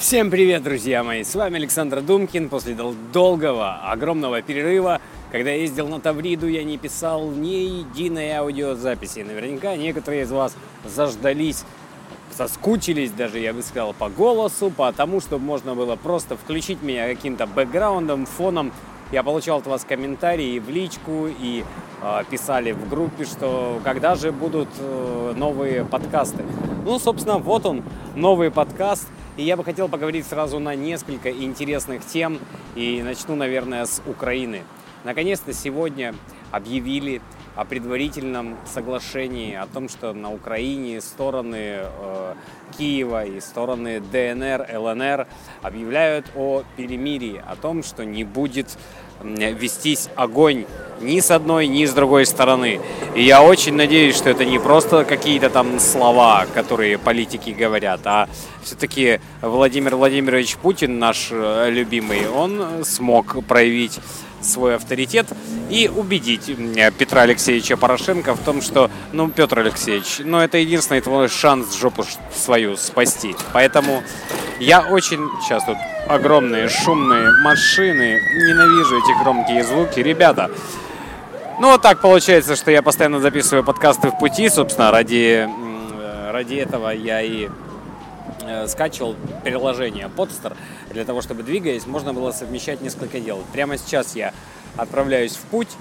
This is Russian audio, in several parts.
Всем привет, друзья мои! С вами Александр Думкин. После долгого, огромного перерыва, когда я ездил на Тавриду, я не писал ни единой аудиозаписи. Наверняка некоторые из вас заждались, соскучились даже, я бы сказал, по голосу, по тому, чтобы можно было просто включить меня каким-то бэкграундом, фоном. Я получал от вас комментарии в личку и писали в группе, что когда же будут новые подкасты. Ну, собственно, вот он, новый подкаст. И я бы хотел поговорить сразу на несколько интересных тем. И начну, наверное, с Украины. Наконец-то сегодня объявили о предварительном соглашении о том, что на Украине стороны Киева и стороны ДНР, ЛНР объявляют о перемирии, о том, что не будет вестись огонь ни с одной, ни с другой стороны. И я очень надеюсь, что это не просто какие-то там слова, которые политики говорят, а все-таки Владимир Владимирович Путин, наш любимый, он смог проявить свой авторитет и убедить Петра Алексеевича Порошенко в том, что, Петр Алексеевич, это единственный твой шанс жопу свою спасти. Поэтому я очень... Сейчас тут огромные шумные машины, ненавижу эти громкие звуки. Ребята, вот так получается, что я постоянно записываю подкасты в пути, собственно, ради этого я и скачивал приложение Podster для того, чтобы, двигаясь, можно было совмещать несколько дел. Прямо сейчас я отправляюсь в путь,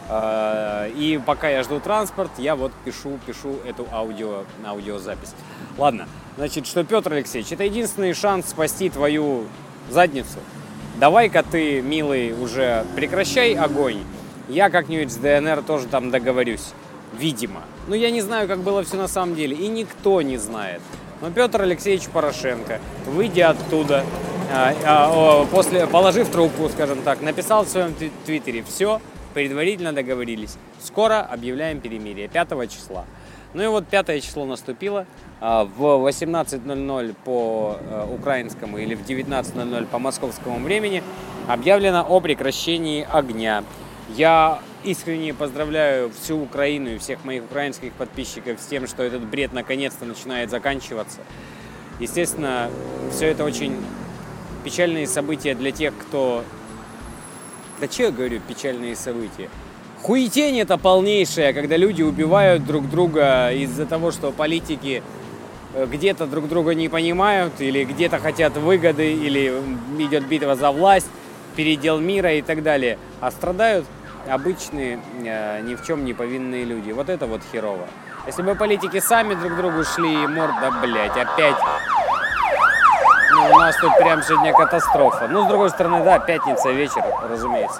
и пока я жду транспорт, я вот пишу эту аудиозапись. Ладно, значит, что, Петр Алексеевич, это единственный шанс спасти твою задницу. Давай-ка ты, милый, уже прекращай огонь. Я как-нибудь с ДНР тоже там договорюсь. Видимо. Я не знаю, как было все на самом деле, и никто не знает. Но Петр Алексеевич Порошенко, выйдя оттуда, положив трубку, скажем так, написал в своем твиттере: все, предварительно договорились. Скоро объявляем перемирие, 5 числа. И вот 5 число наступило. В 18:00 по украинскому или в 19:00 по московскому времени объявлено о прекращении огня. Я искренне поздравляю всю Украину и всех моих украинских подписчиков с тем, что этот бред наконец-то начинает заканчиваться. Естественно, все это очень печальные события для тех, кто... Да что я говорю, печальные события? Хуетень это полнейшая, когда люди убивают друг друга из-за того, что политики где-то друг друга не понимают, или где-то хотят выгоды, или идет битва за власть, передел мира и так далее. А страдают обычные, ни в чем не повинные люди. Вот это вот херово. Если бы политики сами друг другу шли, опять. У нас тут прям сегодня катастрофа. С другой стороны, да, пятница, вечер, разумеется.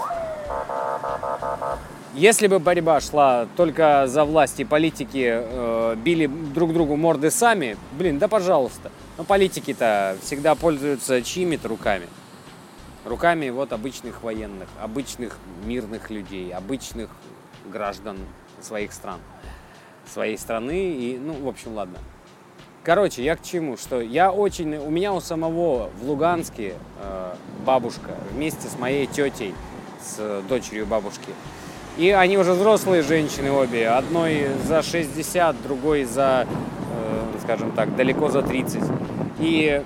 Если бы борьба шла только за власть и политики били друг другу морды сами, да пожалуйста. Но политики-то всегда пользуются чьими-то руками. Руками вот обычных военных, обычных мирных людей, обычных граждан своих стран. Своей страны и, в общем, ладно. Короче, я к чему? Что у меня у самого в Луганске бабушка вместе с моей тетей, с дочерью бабушки. И они уже взрослые женщины обе. Одной за 60, другой за, скажем так, далеко за 30. И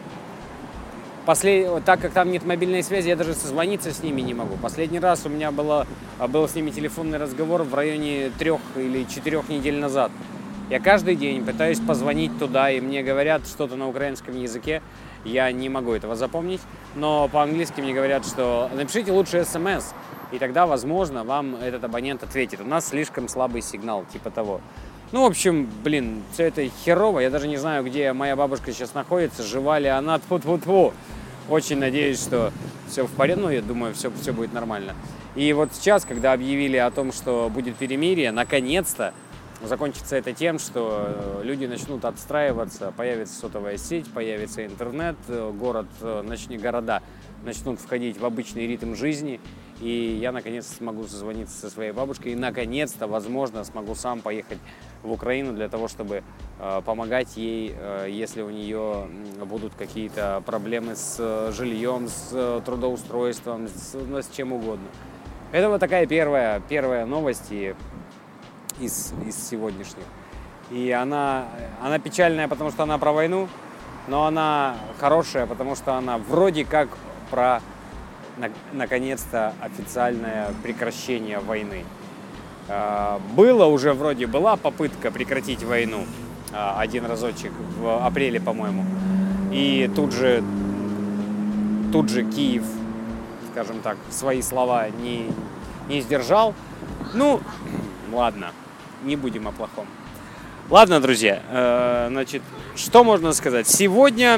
так как там нет мобильной связи, я даже созвониться с ними не могу. Последний раз у меня был с ними телефонный разговор в районе 3 или 4 недель назад. Я каждый день пытаюсь позвонить туда, и мне говорят что-то на украинском языке. Я не могу этого запомнить, но по-английски мне говорят, что напишите лучше СМС, и тогда, возможно, вам этот абонент ответит. У нас слишком слабый сигнал, типа того. В общем, все это херово. Я даже не знаю, где моя бабушка сейчас находится, жива ли она. Тьфу-тьфу-тьфу. Очень надеюсь, что все в порядке. Я думаю, все будет нормально. И вот сейчас, когда объявили о том, что будет перемирие, наконец-то закончится это тем, что люди начнут отстраиваться, появится сотовая сеть, появится интернет, города начнут входить в обычный ритм жизни, и я наконец-то смогу созвониться со своей бабушкой, и наконец-то, возможно, смогу сам поехать в Украину для того, чтобы помогать ей, если у нее будут какие-то проблемы с жильем, с трудоустройством, с чем угодно. Это вот такая первая новость из сегодняшних. И она печальная, потому что она про войну, но она хорошая, потому что она вроде как про, наконец-то, официальное прекращение войны. Была попытка прекратить войну один разочек в апреле, по-моему. И тут же Киев, скажем так, свои слова не сдержал. Ну, ладно, не будем о плохом. Ладно, друзья, значит, что можно сказать? Сегодня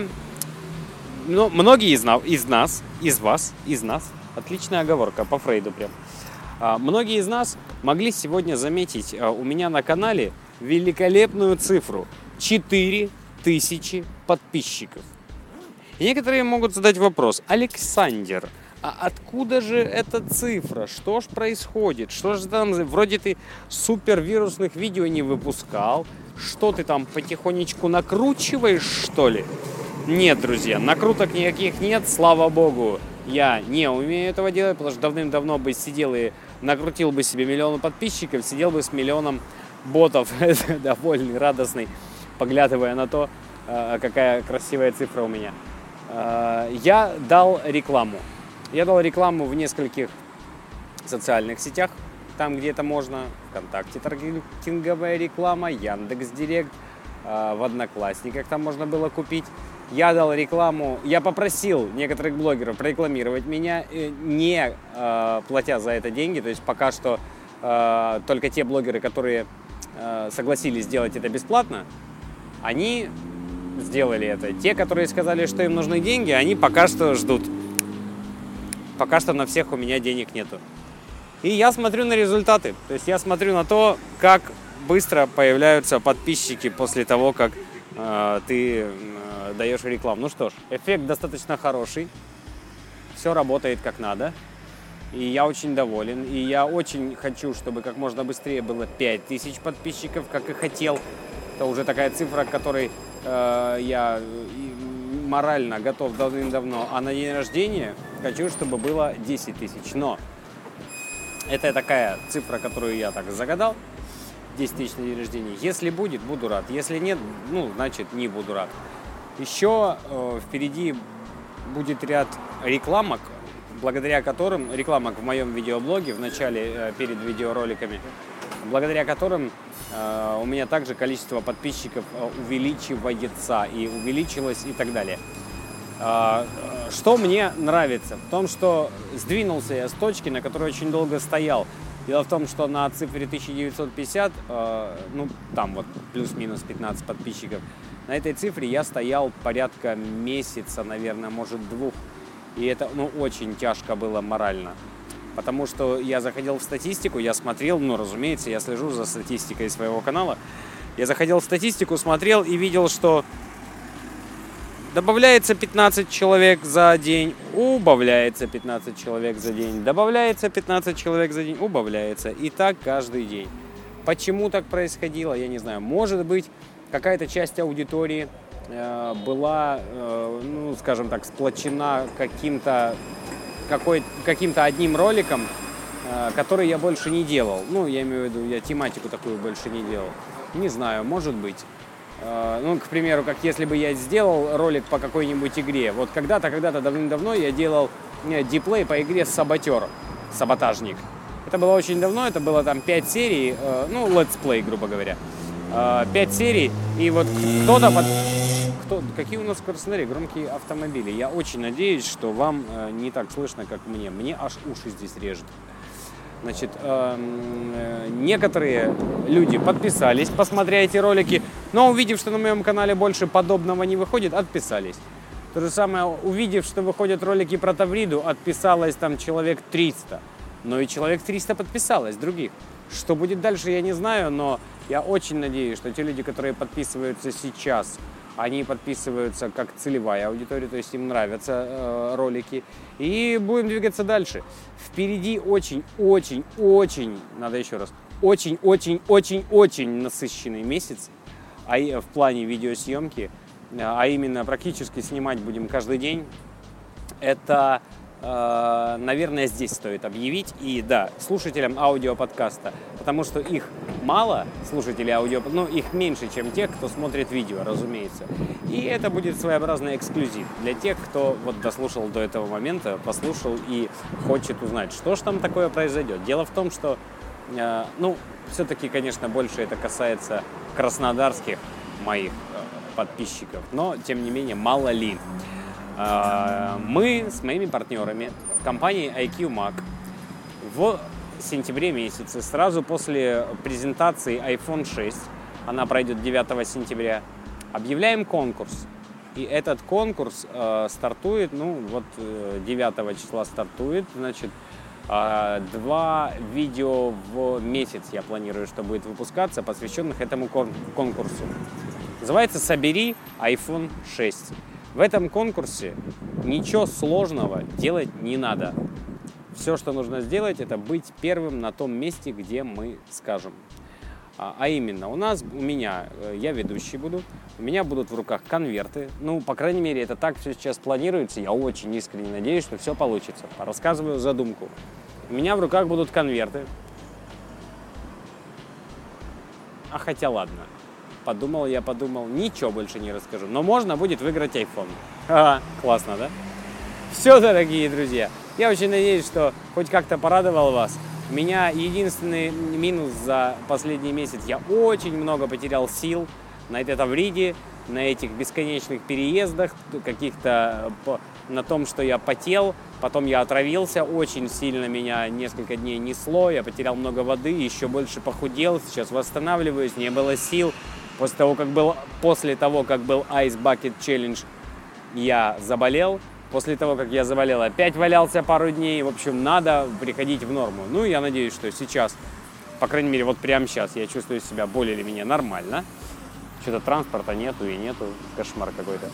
многие из вас, отличная оговорка, по Фрейду прям. Многие из нас могли сегодня заметить у меня на канале великолепную цифру — 4000 подписчиков. И некоторые могут задать вопрос: Александр, а откуда же эта цифра? Что ж происходит? Что же там? Вроде ты супервирусных видео не выпускал. Что ты там потихонечку накручиваешь, что ли? Нет, друзья, накруток никаких нет, слава богу. Я не умею этого делать, потому что давным-давно бы сидел и накрутил бы себе 1 миллион подписчиков, сидел бы с 1 миллионом ботов, довольный, радостный, поглядывая на то, какая красивая цифра у меня. Я дал рекламу. В нескольких социальных сетях, там, где это можно. ВКонтакте таргетинговая реклама, Яндекс.Директ, в Одноклассниках там можно было купить. Я дал рекламу, я попросил некоторых блогеров прорекламировать меня, не платя за это деньги. То есть пока что только те блогеры, которые согласились сделать это бесплатно, они сделали это. Те, которые сказали, что им нужны деньги, они пока что ждут. Пока что на всех у меня денег нету. И я смотрю на результаты. То есть я смотрю на то, как быстро появляются подписчики после того, как ты даешь рекламу. Ну что ж, эффект достаточно хороший. Все работает как надо. И я очень доволен. И я очень хочу, чтобы как можно быстрее было 5000 подписчиков, как и хотел. Это уже такая цифра, к которой я морально готов давным-давно. А на день рождения хочу, чтобы было 10 тысяч. Но это такая цифра, которую я так загадал. 10 тысяч на день рождения. Если будет, буду рад. Если нет, значит, не буду рад. Еще впереди будет ряд рекламок, благодаря которым, рекламок в моем видеоблоге в начале, перед видеороликами, благодаря которым у меня также количество подписчиков увеличивается и увеличилось и так далее. Что мне нравится? В том, что сдвинулся я с точки, на которой очень долго стоял. Дело в том, что на цифре 1950, там вот плюс-минус 15 подписчиков, на этой цифре я стоял порядка месяца, наверное, может 2. И это, очень тяжко было морально. Потому что я заходил в статистику, я смотрел, разумеется, я слежу за статистикой своего канала. Я заходил в статистику, смотрел и видел, что добавляется 15 человек за день, убавляется 15 человек за день, добавляется 15 человек за день, убавляется. И так каждый день. Почему так происходило, я не знаю. Может быть, какая-то часть аудитории была, скажем так, сплочена каким-то одним роликом, который я больше не делал. Я имею в виду, я тематику такую больше не делал. Не знаю, может быть. К примеру, как если бы я сделал ролик по какой-нибудь игре. Вот когда-то давным-давно я делал диплей по игре «Саботажник». Это было очень давно, это было там 5 серий, летсплей, грубо говоря. 5 серий, и вот какие у нас в Краснодаре громкие автомобили. Я очень надеюсь, что вам не так слышно, как мне. Мне аж уши здесь режет. Значит, некоторые люди подписались, посмотря эти ролики, но увидев, что на моем канале больше подобного не выходит, отписались. То же самое, увидев, что выходят ролики про Тавриду, отписалось там человек 300. Но и человек 300 подписалось, других. Что будет дальше, я не знаю, но я очень надеюсь, что те люди, которые подписываются сейчас, они подписываются как целевая аудитория, то есть им нравятся ролики. И будем двигаться дальше. Впереди очень-очень-очень, надо еще раз, очень-очень-очень-очень насыщенный месяц в плане видеосъемки, а именно практически снимать будем каждый день. Это наверное, здесь стоит объявить. И да, слушателям аудиоподкаста, потому что их мало, слушателей их меньше, чем тех, кто смотрит видео, разумеется. И это будет своеобразный эксклюзив для тех, кто вот дослушал до этого момента, послушал и хочет узнать, что же там такое произойдет. Дело в том, что, все-таки, конечно, больше это касается краснодарских моих подписчиков, но, тем не менее, мало ли. Мы с моими партнерами компании IQ Mac в сентябре месяце, сразу после презентации iPhone 6, она пройдет 9 сентября, объявляем конкурс. И этот конкурс стартует, 9 числа стартует, значит, 2 видео в месяц я планирую, что будет выпускаться, посвященных этому конкурсу. Называется «Собери iPhone 6». В этом конкурсе ничего сложного делать не надо. Все, что нужно сделать, это быть первым на том месте, где мы скажем. А именно, у меня, я ведущий буду, у меня будут в руках конверты. По крайней мере, это так все сейчас планируется. Я очень искренне надеюсь, что все получится. Рассказываю задумку. У меня в руках будут конверты. Хотя ладно. Подумал, ничего больше не расскажу. Но можно будет выиграть iPhone. Классно, да? Все, дорогие друзья. Я очень надеюсь, что хоть как-то порадовал вас. У меня единственный минус за последний месяц. Я очень много потерял сил на этой Тавриде, на этих бесконечных переездах, каких-то на том, что я потел. Потом я отравился, очень сильно меня несколько дней несло. Я потерял много воды, еще больше похудел. Сейчас восстанавливаюсь, не было сил. После того, как был Ice Bucket Challenge, я заболел. После того, как я заболел, опять валялся пару дней. В общем, надо приходить в норму. Я надеюсь, что сейчас, по крайней мере, вот прямо сейчас я чувствую себя более или менее нормально. Что-то транспорта нету. Кошмар какой-то.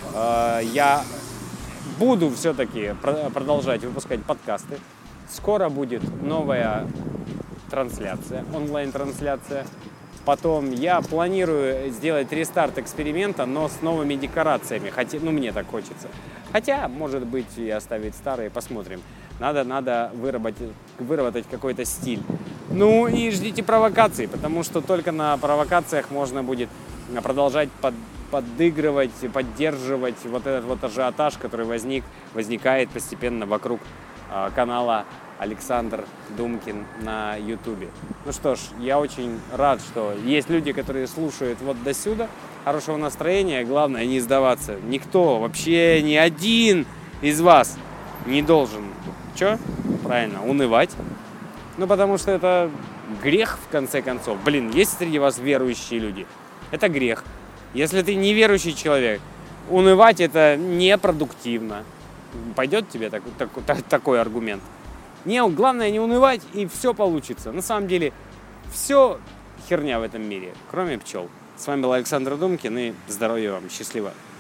Я буду все-таки продолжать выпускать подкасты. Скоро будет новая трансляция, онлайн-трансляция. Потом я планирую сделать рестарт эксперимента, но с новыми декорациями. Мне так хочется. Хотя, может быть, и оставить старые, посмотрим. Надо выработать какой-то стиль. И ждите провокаций, потому что только на провокациях можно будет продолжать подыгрывать, поддерживать вот этот вот ажиотаж, который возникает постепенно вокруг канала Александр Думкин на Ютубе. Что ж, я очень рад, что есть люди, которые слушают вот до сюда. Хорошего настроения, главное не сдаваться. Никто, вообще ни один из вас не должен, правильно, унывать. Потому что это грех, в конце концов. Есть среди вас верующие люди. Это грех. Если ты неверующий человек, унывать это непродуктивно. Пойдет тебе такой аргумент? Главное не унывать, и все получится. На самом деле, все херня в этом мире, кроме пчел. С вами был Александр Думкин, и здоровья вам, счастливо.